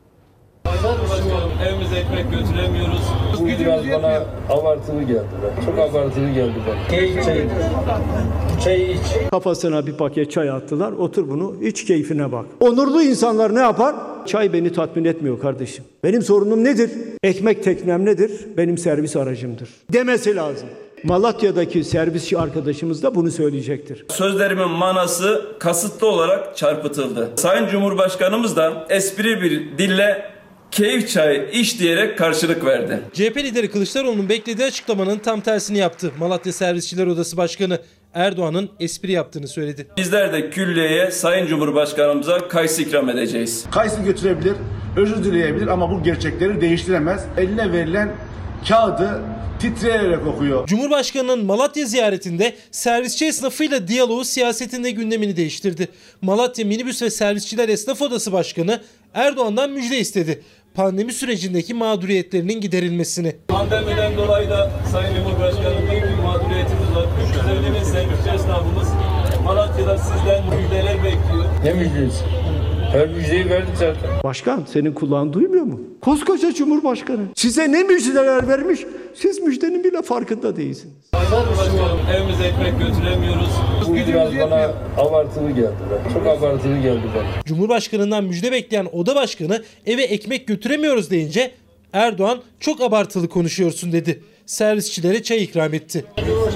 Evimize ekmek götüremiyoruz. Bu biraz bana abartılı geldi. Çok abartılı geldi bana. Çay, çay, çay iç. Kafasına bir paket çay attılar. Otur bunu iç, keyfine bak. Onurlu insanlar ne yapar? Çay beni tatmin etmiyor kardeşim. Benim sorunum nedir? Ekmek teknem nedir? Benim servis aracımdır demesi lazım. Malatya'daki servisçi arkadaşımız da bunu söyleyecektir. Sözlerimin manası kasıtlı olarak çarpıtıldı. Sayın Cumhurbaşkanımız da espri bir dille keyif çay iç diyerek karşılık verdi. C H P lideri Kılıçdaroğlu'nun beklediği açıklamanın tam tersini yaptı. Malatya Servisçiler Odası Başkanı Erdoğan'ın espri yaptığını söyledi. Bizler de külliyeye Sayın Cumhurbaşkanımıza kayısı ikram edeceğiz. Kayısı götürebilir, özür dileyebilir ama bu gerçekleri değiştiremez. Eline verilen kağıdı titreyerek okuyor. Cumhurbaşkanının Malatya ziyaretinde servisçi esnafıyla diyaloğu siyasetinde gündemini değiştirdi. Malatya Minibüs ve Servisçiler Esnaf Odası Başkanı Erdoğan'dan müjde istedi. Pandemi sürecindeki mağduriyetlerinin giderilmesini. Pandemiden dolayı da Sayın Cumhurbaşkanım büyük bir mağduriyetimiz var. üç yüz elli bin servisçi esnafımız Malatya'da sizden müjdeler bekliyor. Ne müjdesi? Her müjdeyi verdik zaten. Başkan senin kulağın duymuyor mu? Koskoca Cumhurbaşkanı size ne müjdeler vermiş? Siz müjdenin bile farkında değilsiniz. Başkanım evimize ekmek götüremiyoruz. Bu biraz bana abartılı geldi. Çok abartılı geldi bana. Cumhurbaşkanından müjde bekleyen oda başkanı eve ekmek götüremiyoruz deyince Erdoğan çok abartılı konuşuyorsun dedi. Servisçilere çay ikram etti.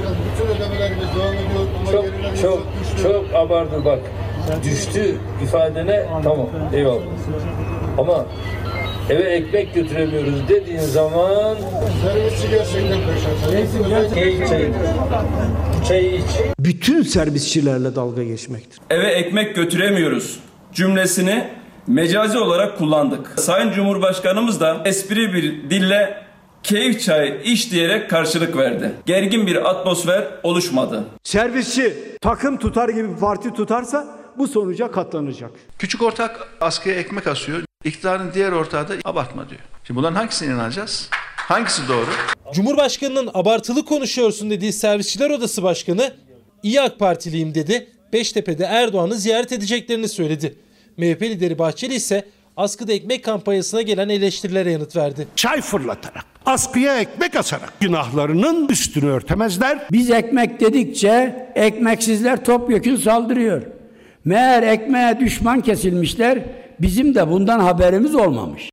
Çok çok çok abartı bak. Düştü ifadene tamam eyvallah. Ama eve ekmek götüremiyoruz dediğin zaman servisçi gerçekten çay, çay, çay iç. Bütün servisçilerle dalga geçmektir. Eve ekmek götüremiyoruz cümlesini mecazi olarak kullandık. Sayın Cumhurbaşkanımız da espri bir dille keyif çay iç diyerek karşılık verdi. Gergin bir atmosfer oluşmadı. Servisçi takım tutar gibi parti tutarsa bu sonuca katlanacak. Küçük ortak askıya ekmek asıyor. İktidarın diğer ortağı da abartma diyor. Şimdi bunların hangisine inanacağız? Hangisi doğru? Cumhurbaşkanının abartılı konuşuyorsun dediği Servisçiler Odası Başkanı iyi AK Partiliyim dedi. Beştepe'de Erdoğan'ı ziyaret edeceklerini söyledi. M H P lideri Bahçeli ise askıda ekmek kampanyasına gelen eleştirilere yanıt verdi. Çay fırlatarak, askıya ekmek asarak günahlarının üstünü örtemezler. Biz ekmek dedikçe ekmeksizler topyekün saldırıyor. Meğer ekmeğe düşman kesilmişler, bizim de bundan haberimiz olmamış.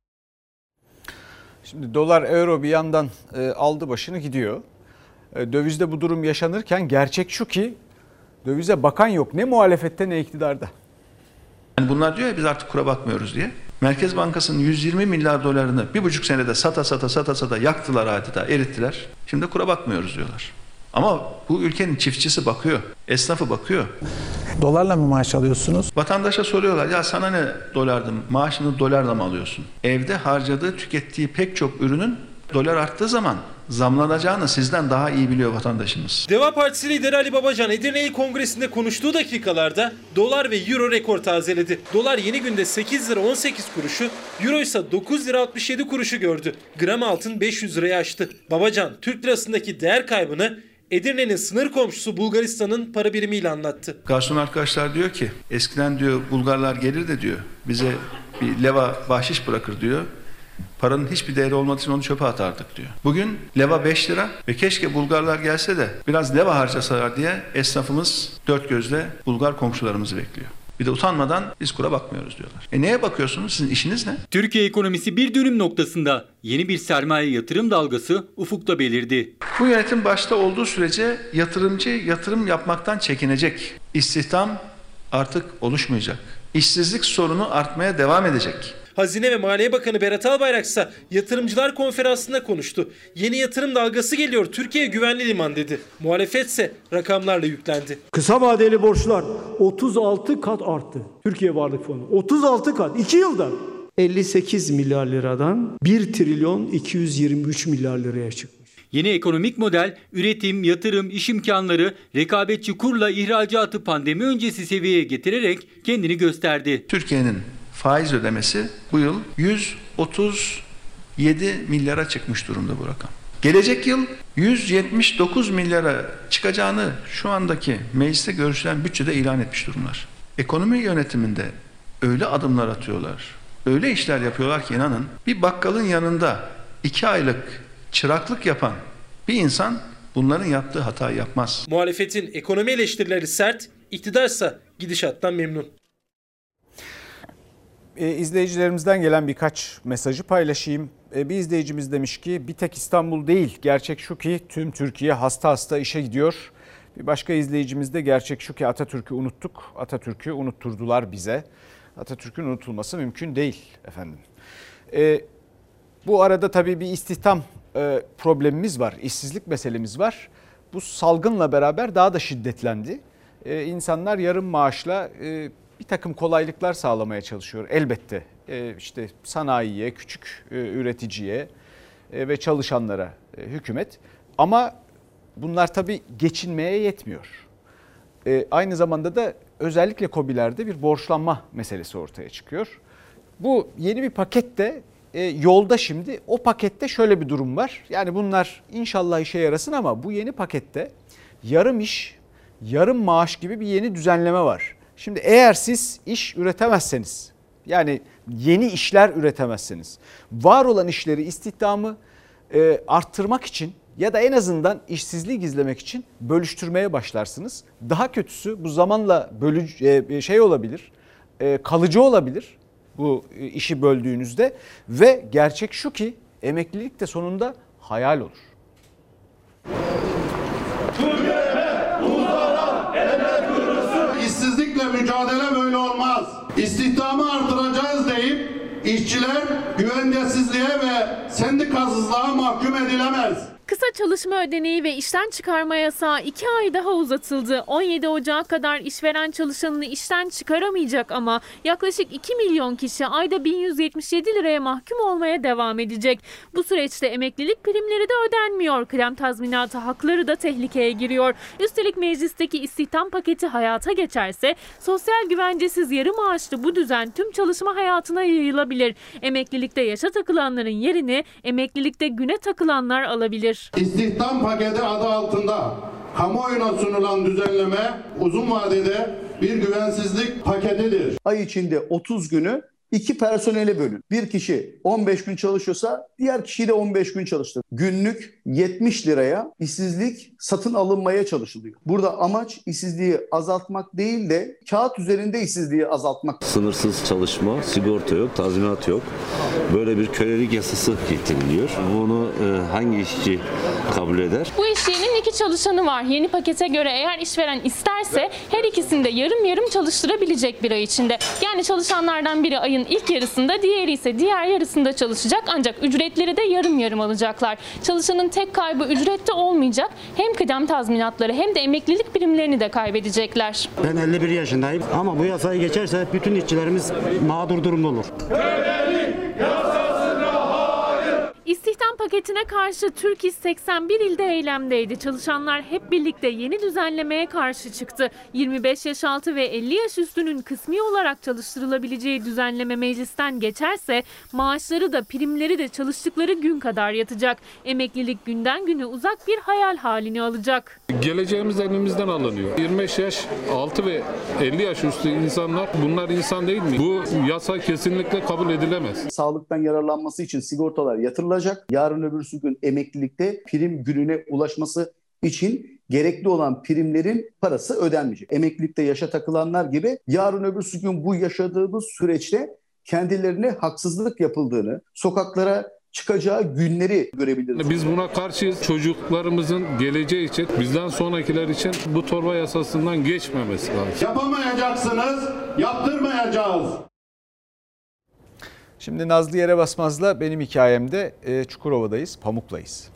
Şimdi dolar, euro bir yandan e, aldı başını gidiyor. E, dövizde bu durum yaşanırken gerçek şu ki dövize bakan yok. Ne muhalefette ne iktidarda. Yani bunlar diyor ya biz artık kura bakmıyoruz diye. Merkez Bankası'nın yüz yirmi milyar dolarını bir buçuk senede sata sata sata sata yaktılar adeta, erittiler. Şimdi kura bakmıyoruz diyorlar. Ama bu ülkenin çiftçisi bakıyor, esnafı bakıyor. Dolarla mı maaş alıyorsunuz? Vatandaşa soruyorlar ya sana ne dolardım, maaşını dolarla mı alıyorsun? Evde harcadığı, tükettiği pek çok ürünün dolar arttığı zaman zamlanacağını sizden daha iyi biliyor vatandaşımız. Deva Partisi lideri Ali Babacan Edirne İl Kongresi'nde konuştuğu dakikalarda dolar ve euro rekor tazeledi. Dolar yeni günde sekiz lira on sekiz kuruşu, euro ise dokuz lira altmış yedi kuruşu gördü. Gram altın beş yüz lirayı aştı. Babacan Türk lirasındaki değer kaybını Edirne'nin sınır komşusu Bulgaristan'ın para birimiyle anlattı. Garson arkadaşlar diyor ki eskiden diyor Bulgarlar gelir de diyor bize bir leva bahşiş bırakır diyor. Paranın hiçbir değeri olmadığı için onu çöpe atardık diyor. Bugün leva beş lira ve keşke Bulgarlar gelse de biraz leva harcasalar diye esnafımız dört gözle Bulgar komşularımızı bekliyor. Bir de utanmadan biz kura bakmıyoruz diyorlar. E neye bakıyorsunuz? Sizin işiniz ne? Türkiye ekonomisi bir dönüm noktasında yeni bir sermaye yatırım dalgası ufukta belirdi. Bu yönetim başta olduğu sürece yatırımcı yatırım yapmaktan çekinecek. İstihdam artık oluşmayacak. İşsizlik sorunu artmaya devam edecek. Hazine ve Maliye Bakanı Berat Albayrak ise yatırımcılar konferansında konuştu. Yeni yatırım dalgası geliyor, Türkiye güvenli liman dedi. Muhalefet ise rakamlarla yüklendi. Kısa vadeli borçlar otuz altı kat arttı. Türkiye Varlık Fonu otuz altı kat iki yılda elli sekiz milyar liradan bir trilyon iki yüz yirmi üç milyar liraya çıkmış. Yeni ekonomik model, üretim, yatırım, iş imkanları, rekabetçi kurla ihracatı pandemi öncesi seviyeye getirerek kendini gösterdi. Türkiye'nin faiz ödemesi bu yıl yüz otuz yedi milyara çıkmış durumda bu rakam. Gelecek yıl yüz yetmiş dokuz milyara çıkacağını şu andaki mecliste görüşülen bütçede ilan etmiş durumlar. Ekonomi yönetiminde öyle adımlar atıyorlar, öyle işler yapıyorlar ki inanın bir bakkalın yanında iki aylık çıraklık yapan bir insan bunların yaptığı hatayı yapmaz. Muhalefetin ekonomi eleştirileri sert, iktidarsa gidişattan memnun. E, izleyicilerimizden gelen birkaç mesajı paylaşayım. E, bir izleyicimiz demiş ki bir tek İstanbul değil, gerçek şu ki tüm Türkiye hasta hasta işe gidiyor. Bir başka izleyicimiz de gerçek şu ki Atatürk'ü unuttuk, Atatürk'ü unutturdular bize. Atatürk'ün unutulması mümkün değil efendim. E, bu arada tabii bir istihdam e, problemimiz var, işsizlik meselemiz var. Bu salgınla beraber daha da şiddetlendi. E, insanlar yarım maaşla e, bir takım kolaylıklar sağlamaya çalışıyor elbette. E, işte sanayiye, küçük e, üreticiye e, ve çalışanlara e, hükümet. Ama bunlar tabii geçinmeye yetmiyor. E, aynı zamanda da özellikle KOBİ'lerde bir borçlanma meselesi ortaya çıkıyor. Bu yeni bir paket de e, yolda şimdi. O pakette şöyle bir durum var. Yani bunlar inşallah işe yarasın ama bu yeni pakette yarım iş, yarım maaş gibi bir yeni düzenleme var. Şimdi eğer siz iş üretemezseniz, yani yeni işler üretemezseniz, var olan işleri, istihdamı e, arttırmak için ya da en azından işsizliği gizlemek için bölüştürmeye başlarsınız. Daha kötüsü bu zamanla bölücü, e, şey olabilir, e, kalıcı olabilir bu işi böldüğünüzde ve gerçek şu ki emeklilik de sonunda hayal olur. İşsizlikle mücadele böyle olmaz. İstihdamı artıracağız deyip işçiler güvencesizliğe ve sendikasızlığa mahkum edilemez. Kısa çalışma ödeneği ve işten çıkarma yasağı iki ay daha uzatıldı. on yedi Ocağı kadar işveren çalışanını işten çıkaramayacak ama yaklaşık iki milyon kişi ayda bin yüz yetmiş yedi liraya mahkum olmaya devam edecek. Bu süreçte emeklilik primleri de ödenmiyor. Kıdem tazminatı hakları da tehlikeye giriyor. Üstelik meclisteki istihdam paketi hayata geçerse sosyal güvencesiz yarı maaşlı bu düzen tüm çalışma hayatına yayılabilir. Emeklilikte yaşa takılanların yerini emeklilikte güne takılanlar alabilir. İstihdam paketi adı altında kamuoyuna sunulan düzenleme uzun vadede bir güvensizlik paketidir. Ay içinde otuz günü iki personele bölün. Bir kişi on beş gün çalışıyorsa diğer kişiyi de on beş gün çalıştır. Günlük yetmiş liraya işsizlik satın alınmaya çalışılıyor. Burada amaç işsizliği azaltmak değil de kağıt üzerinde işsizliği azaltmak. Sınırsız çalışma, sigorta yok, tazminat yok. Böyle bir kölelik yasası getiriliyor. Bunu e, hangi işçi kabul eder? Bu iş yerinin iki çalışanı var. Yeni pakete göre eğer işveren isterse her ikisini de yarım yarım çalıştırabilecek bir ay içinde. Yani çalışanlardan biri ayın ilk yarısında, diğeri ise diğer yarısında çalışacak ancak ücretleri de yarım yarım alacaklar. Çalışanın tek kaybı ücrette olmayacak. Hem kıdem tazminatları hem de emeklilik primlerini de kaybedecekler. Ben elli bir yaşındayım ama bu yasayı geçerse bütün işçilerimiz mağdur durumda olur. İstihdam paketine karşı Türk İş seksen bir ilde eylemdeydi. Çalışanlar hep birlikte yeni düzenlemeye karşı çıktı. yirmi beş yaş altı ve elli yaş üstünün kısmi olarak çalıştırılabileceği düzenleme meclisten geçerse maaşları da primleri de çalıştıkları gün kadar yatacak. Emeklilik günden güne uzak bir hayal halini alacak. Geleceğimiz elimizden alınıyor. yirmi beş yaş altı ve elli yaş üstü insanlar, bunlar insan değil mi? Bu yasa kesinlikle kabul edilemez. Sağlıktan yararlanması için sigortalar yatırılacak. Yarın öbürsü gün emeklilikte prim gününe ulaşması için gerekli olan primlerin parası ödenmeyecek. Emeklilikte yaşa takılanlar gibi yarın öbürsü gün bu yaşadığımız süreçte kendilerine haksızlık yapıldığını, sokaklara çıkacağı günleri görebiliriz. Biz buna karşıyız. Çocuklarımızın geleceği için, bizden sonrakiler için bu torba yasasından geçmemesi lazım. Yapamayacaksınız, yaptırmayacağız. Şimdi Nazlı Yere Basmaz'la benim hikayemde Çukurova'dayız, Pamuk'layız.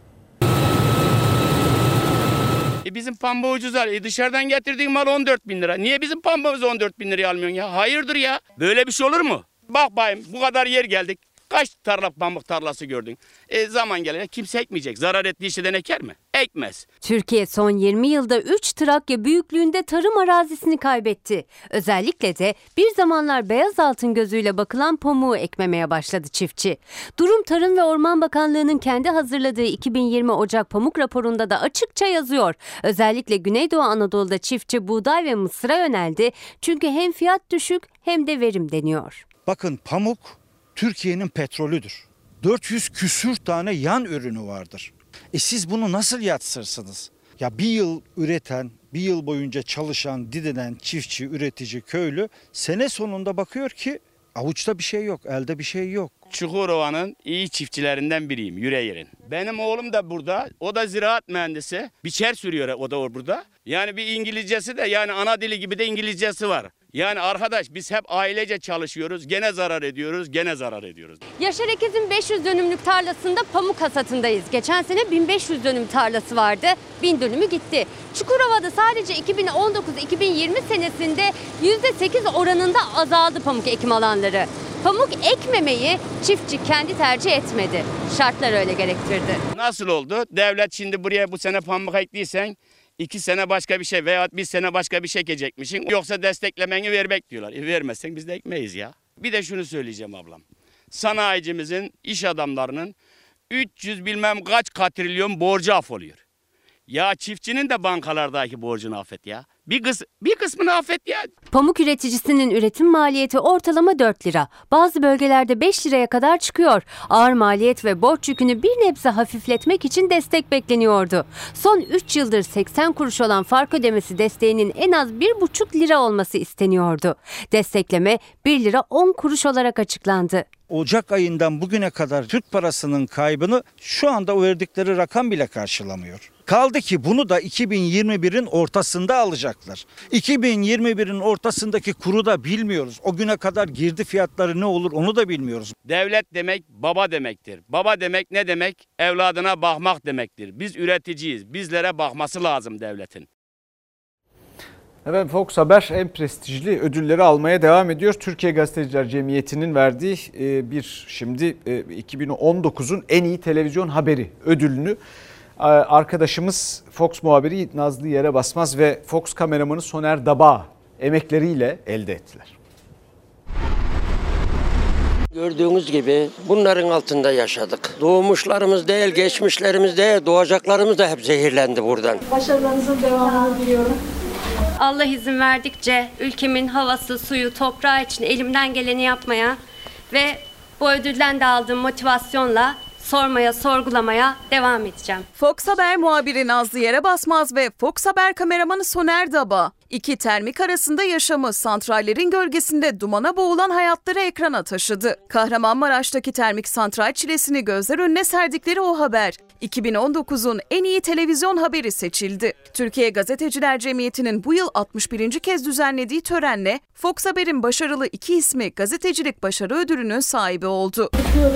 E bizim pampa ucuzlar. E dışarıdan getirdiğin mal on dört bin lira. Niye bizim pampamızı on dört bin liraya almıyorsun ya? Hayırdır ya? Böyle bir şey olur mu? Bak bayım, bu kadar yer geldik. Kaç tarla pamuk tarlası gördün? E zaman gelince kimse ekmeyecek. Zarar ettiği şeyden eker mi? ekmez. Türkiye son yirmi yılda üç Trakya büyüklüğünde tarım arazisini kaybetti. Özellikle de bir zamanlar beyaz altın gözüyle bakılan pamuğu ekmemeye başladı çiftçi. Durum Tarım ve Orman Bakanlığı'nın kendi hazırladığı iki bin yirmi Ocak pamuk raporunda da açıkça yazıyor. Özellikle Güneydoğu Anadolu'da çiftçi buğday ve mısıra yöneldi. Çünkü hem fiyat düşük hem de verim deniyor. Bakın pamuk Türkiye'nin petrolüdür. dört yüz küsür tane yan ürünü vardır. E siz bunu nasıl yatsırsınız? Ya bir yıl üreten, bir yıl boyunca çalışan, didinen çiftçi, üretici, köylü sene sonunda bakıyor ki avuçta bir şey yok, elde bir şey yok. Çukurova'nın iyi çiftçilerinden biriyim, Yüreğir'in. Benim oğlum da burada, o da ziraat mühendisi. Biçer sürüyor o da burada. Yani bir İngilizcesi de yani ana dili gibi de İngilizcesi var. Yani arkadaş biz hep ailece çalışıyoruz, gene zarar ediyoruz, gene zarar ediyoruz. Yaşar Ekez'in beş yüz dönümlük tarlasında pamuk hasatındayız. Geçen sene bin beş yüz dönüm tarlası vardı, bin dönümü gitti. Çukurova'da sadece iki bin on dokuz iki bin yirmi senesinde yüzde sekiz oranında azaldı pamuk ekim alanları. Pamuk ekmemeyi çiftçi kendi tercih etmedi. Şartlar öyle gerektirdi. Nasıl oldu? Devlet şimdi buraya bu sene pamuk ektiysen iki sene başka bir şey veya bir sene başka bir şey ekecekmişsin. Yoksa desteklemeni vermek diyorlar. E vermezsen biz de ekmeyiz ya. Bir de şunu söyleyeceğim ablam. Sanayicimizin, iş adamlarının üç yüz bilmem kaç katrilyon borcu affoluyor. Ya çiftçinin de bankalardaki borcunu affet ya. Bir, kıs bir kısmını affet ya. Pamuk üreticisinin üretim maliyeti ortalama dört lira. Bazı bölgelerde beş liraya kadar çıkıyor. Ağır maliyet ve borç yükünü bir nebze hafifletmek için destek bekleniyordu. Son üç yıldır seksen kuruş olan fark ödemesi desteğinin en az bir buçuk lira olması isteniyordu. Destekleme bir lira on kuruş olarak açıklandı. Ocak ayından bugüne kadar Türk parasının kaybını şu anda o verdikleri rakam bile karşılamıyor. Kaldı ki bunu da iki bin yirmi birin ortasında alacaklar. iki bin yirmi birin ortasındaki kuru da bilmiyoruz. O güne kadar girdi fiyatları ne olur onu da bilmiyoruz. Devlet demek baba demektir. Baba demek ne demek? Evladına bakmak demektir. Biz üreticiyiz. Bizlere bakması lazım devletin. Evet, Fox Haber en prestijli ödülleri almaya devam ediyor. Türkiye Gazeteciler Cemiyeti'nin verdiği bir şimdi iki bin on dokuzun en iyi televizyon haberi ödülünü arkadaşımız Fox muhabiri Nazlı Yerebasmaz ve Fox kameramanı Soner Daba emekleriyle elde ettiler. Gördüğünüz gibi bunların altında yaşadık. Doğmuşlarımız değil, geçmişlerimiz değil, doğacaklarımız da hep zehirlendi buradan. Başarılarınızın devamını diliyorum. Allah izin verdikçe ülkemin havası, suyu, toprağı için elimden geleni yapmaya ve bu ödülden de aldığım motivasyonla sormaya, sorgulamaya devam edeceğim. Fox Haber muhabiri Nazlı Yerebasmaz ve Fox Haber kameramanı Soner Daba, iki termik arasında yaşamı, santrallerin gölgesinde dumana boğulan hayatları ekrana taşıdı. Kahramanmaraş'taki termik santral çilesini gözler önüne serdikleri o haber, iki bin on dokuzun en iyi televizyon haberi seçildi. Türkiye Gazeteciler Cemiyeti'nin bu yıl altmış birinci kez düzenlediği törenle Fox Haber'in başarılı iki ismi gazetecilik başarı ödülünün sahibi oldu.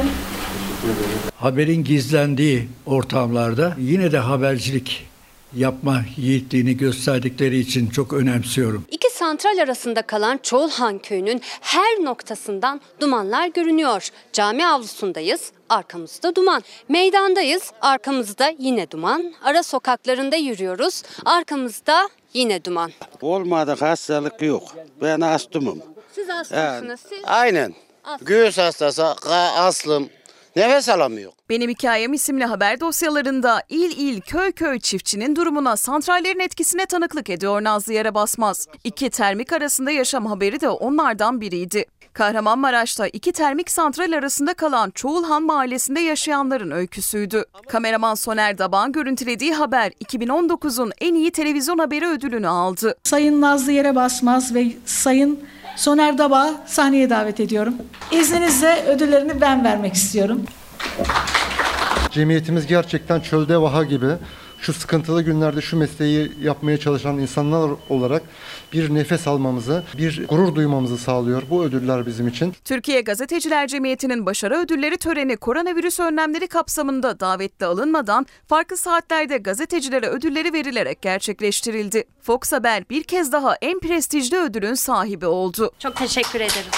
Haberin gizlendiği ortamlarda yine de habercilik yapma yiğitliğini gösterdikleri için çok önemsiyorum. İki santral arasında kalan Çoğulhan Köyü'nün her noktasından dumanlar görünüyor. Cami avlusundayız, arkamızda duman. Meydandayız, arkamızda yine duman. Ara sokaklarında yürüyoruz, arkamızda yine duman. Olmadık hastalık yok. Ben astımım. Siz hastasınız, yani, siz? Aynen. Göğüs hastası, aslım. Nefes alamıyor. Benim Hikayem isimli haber dosyalarında il il köy köy çiftçinin durumuna, santrallerin etkisine tanıklık ediyor Nazlı Yerebasmaz. İki termik arasında yaşam haberi de onlardan biriydi. Kahramanmaraş'ta iki termik santral arasında kalan Çoğulhan mahallesinde yaşayanların öyküsüydü. Kameraman Soner Daban görüntülediği haber iki bin on dokuzun en iyi televizyon haberi ödülünü aldı. Sayın Nazlı Yerebasmaz ve Sayın Soner Daba sahneye davet ediyorum. İzninizle ödüllerini ben vermek istiyorum. Cemiyetimiz gerçekten çölde vaha gibi. Şu sıkıntılı günlerde şu mesleği yapmaya çalışan insanlar olarak bir nefes almamızı, bir gurur duymamızı sağlıyor bu ödüller bizim için. Türkiye Gazeteciler Cemiyeti'nin başarı ödülleri töreni koronavirüs önlemleri kapsamında davetli alınmadan farklı saatlerde gazetecilere ödülleri verilerek gerçekleştirildi. Fox Haber bir kez daha en prestijli ödülün sahibi oldu. Çok teşekkür ederim.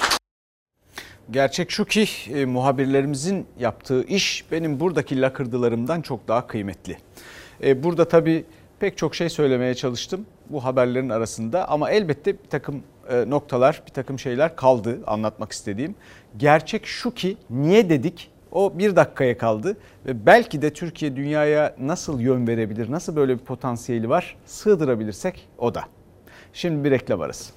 Gerçek şu ki e, muhabirlerimizin yaptığı iş benim buradaki lakırdılarımdan çok daha kıymetli. E, burada tabii pek çok şey söylemeye çalıştım bu haberlerin arasında ama elbette bir takım e, noktalar, bir takım şeyler kaldı anlatmak istediğim. Gerçek şu ki niye dedik? O bir dakikaya kaldı ve belki de Türkiye dünyaya nasıl yön verebilir, nasıl böyle bir potansiyeli var sığdırabilirsek o da. Şimdi bir reklam arası.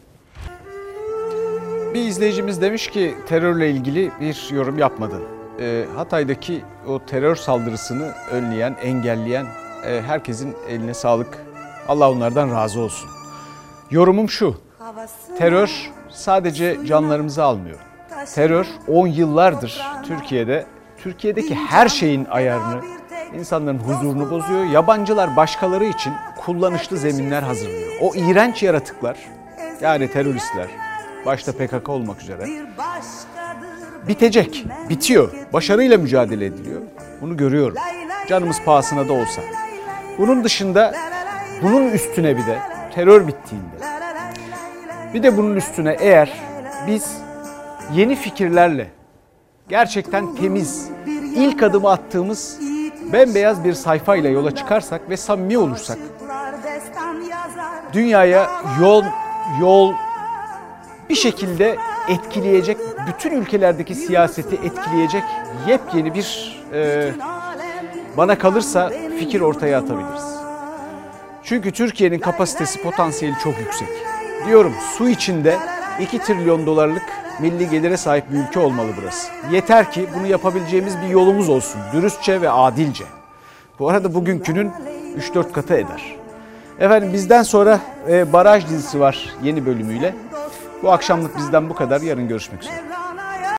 Bir izleyicimiz demiş ki terörle ilgili bir yorum yapmadın. E, Hatay'daki o terör saldırısını önleyen, engelleyen e, herkesin eline sağlık. Allah onlardan razı olsun. Yorumum şu, terör sadece canlarımızı almıyor. Terör on yıllardır Türkiye'de, Türkiye'deki her şeyin ayarını, insanların huzurunu bozuyor. Yabancılar başkaları için kullanışlı zeminler hazırlıyor. O iğrenç yaratıklar, yani teröristler, başta P K K olmak üzere, bitecek, bitiyor. Başarıyla mücadele ediliyor. Bunu görüyorum. Canımız pahasına da olsa. Bunun dışında, bunun üstüne bir de terör bittiğinde, bir de bunun üstüne eğer biz yeni fikirlerle, gerçekten temiz, ilk adımı attığımız bembeyaz bir sayfayla yola çıkarsak ve samimi olursak, dünyaya yol, yol bir şekilde etkileyecek, bütün ülkelerdeki siyaseti etkileyecek yepyeni bir, e, bana kalırsa fikir ortaya atabiliriz. Çünkü Türkiye'nin kapasitesi, potansiyeli çok yüksek. Diyorum, su içinde iki trilyon dolarlık milli gelire sahip bir ülke olmalı burası. Yeter ki bunu yapabileceğimiz bir yolumuz olsun, dürüstçe ve adilce. Bu arada bugünkünün üç dört katı eder. Efendim bizden sonra e, Baraj dizisi var yeni bölümüyle. Bu akşamlık bizden bu kadar. Yarın görüşmek üzere.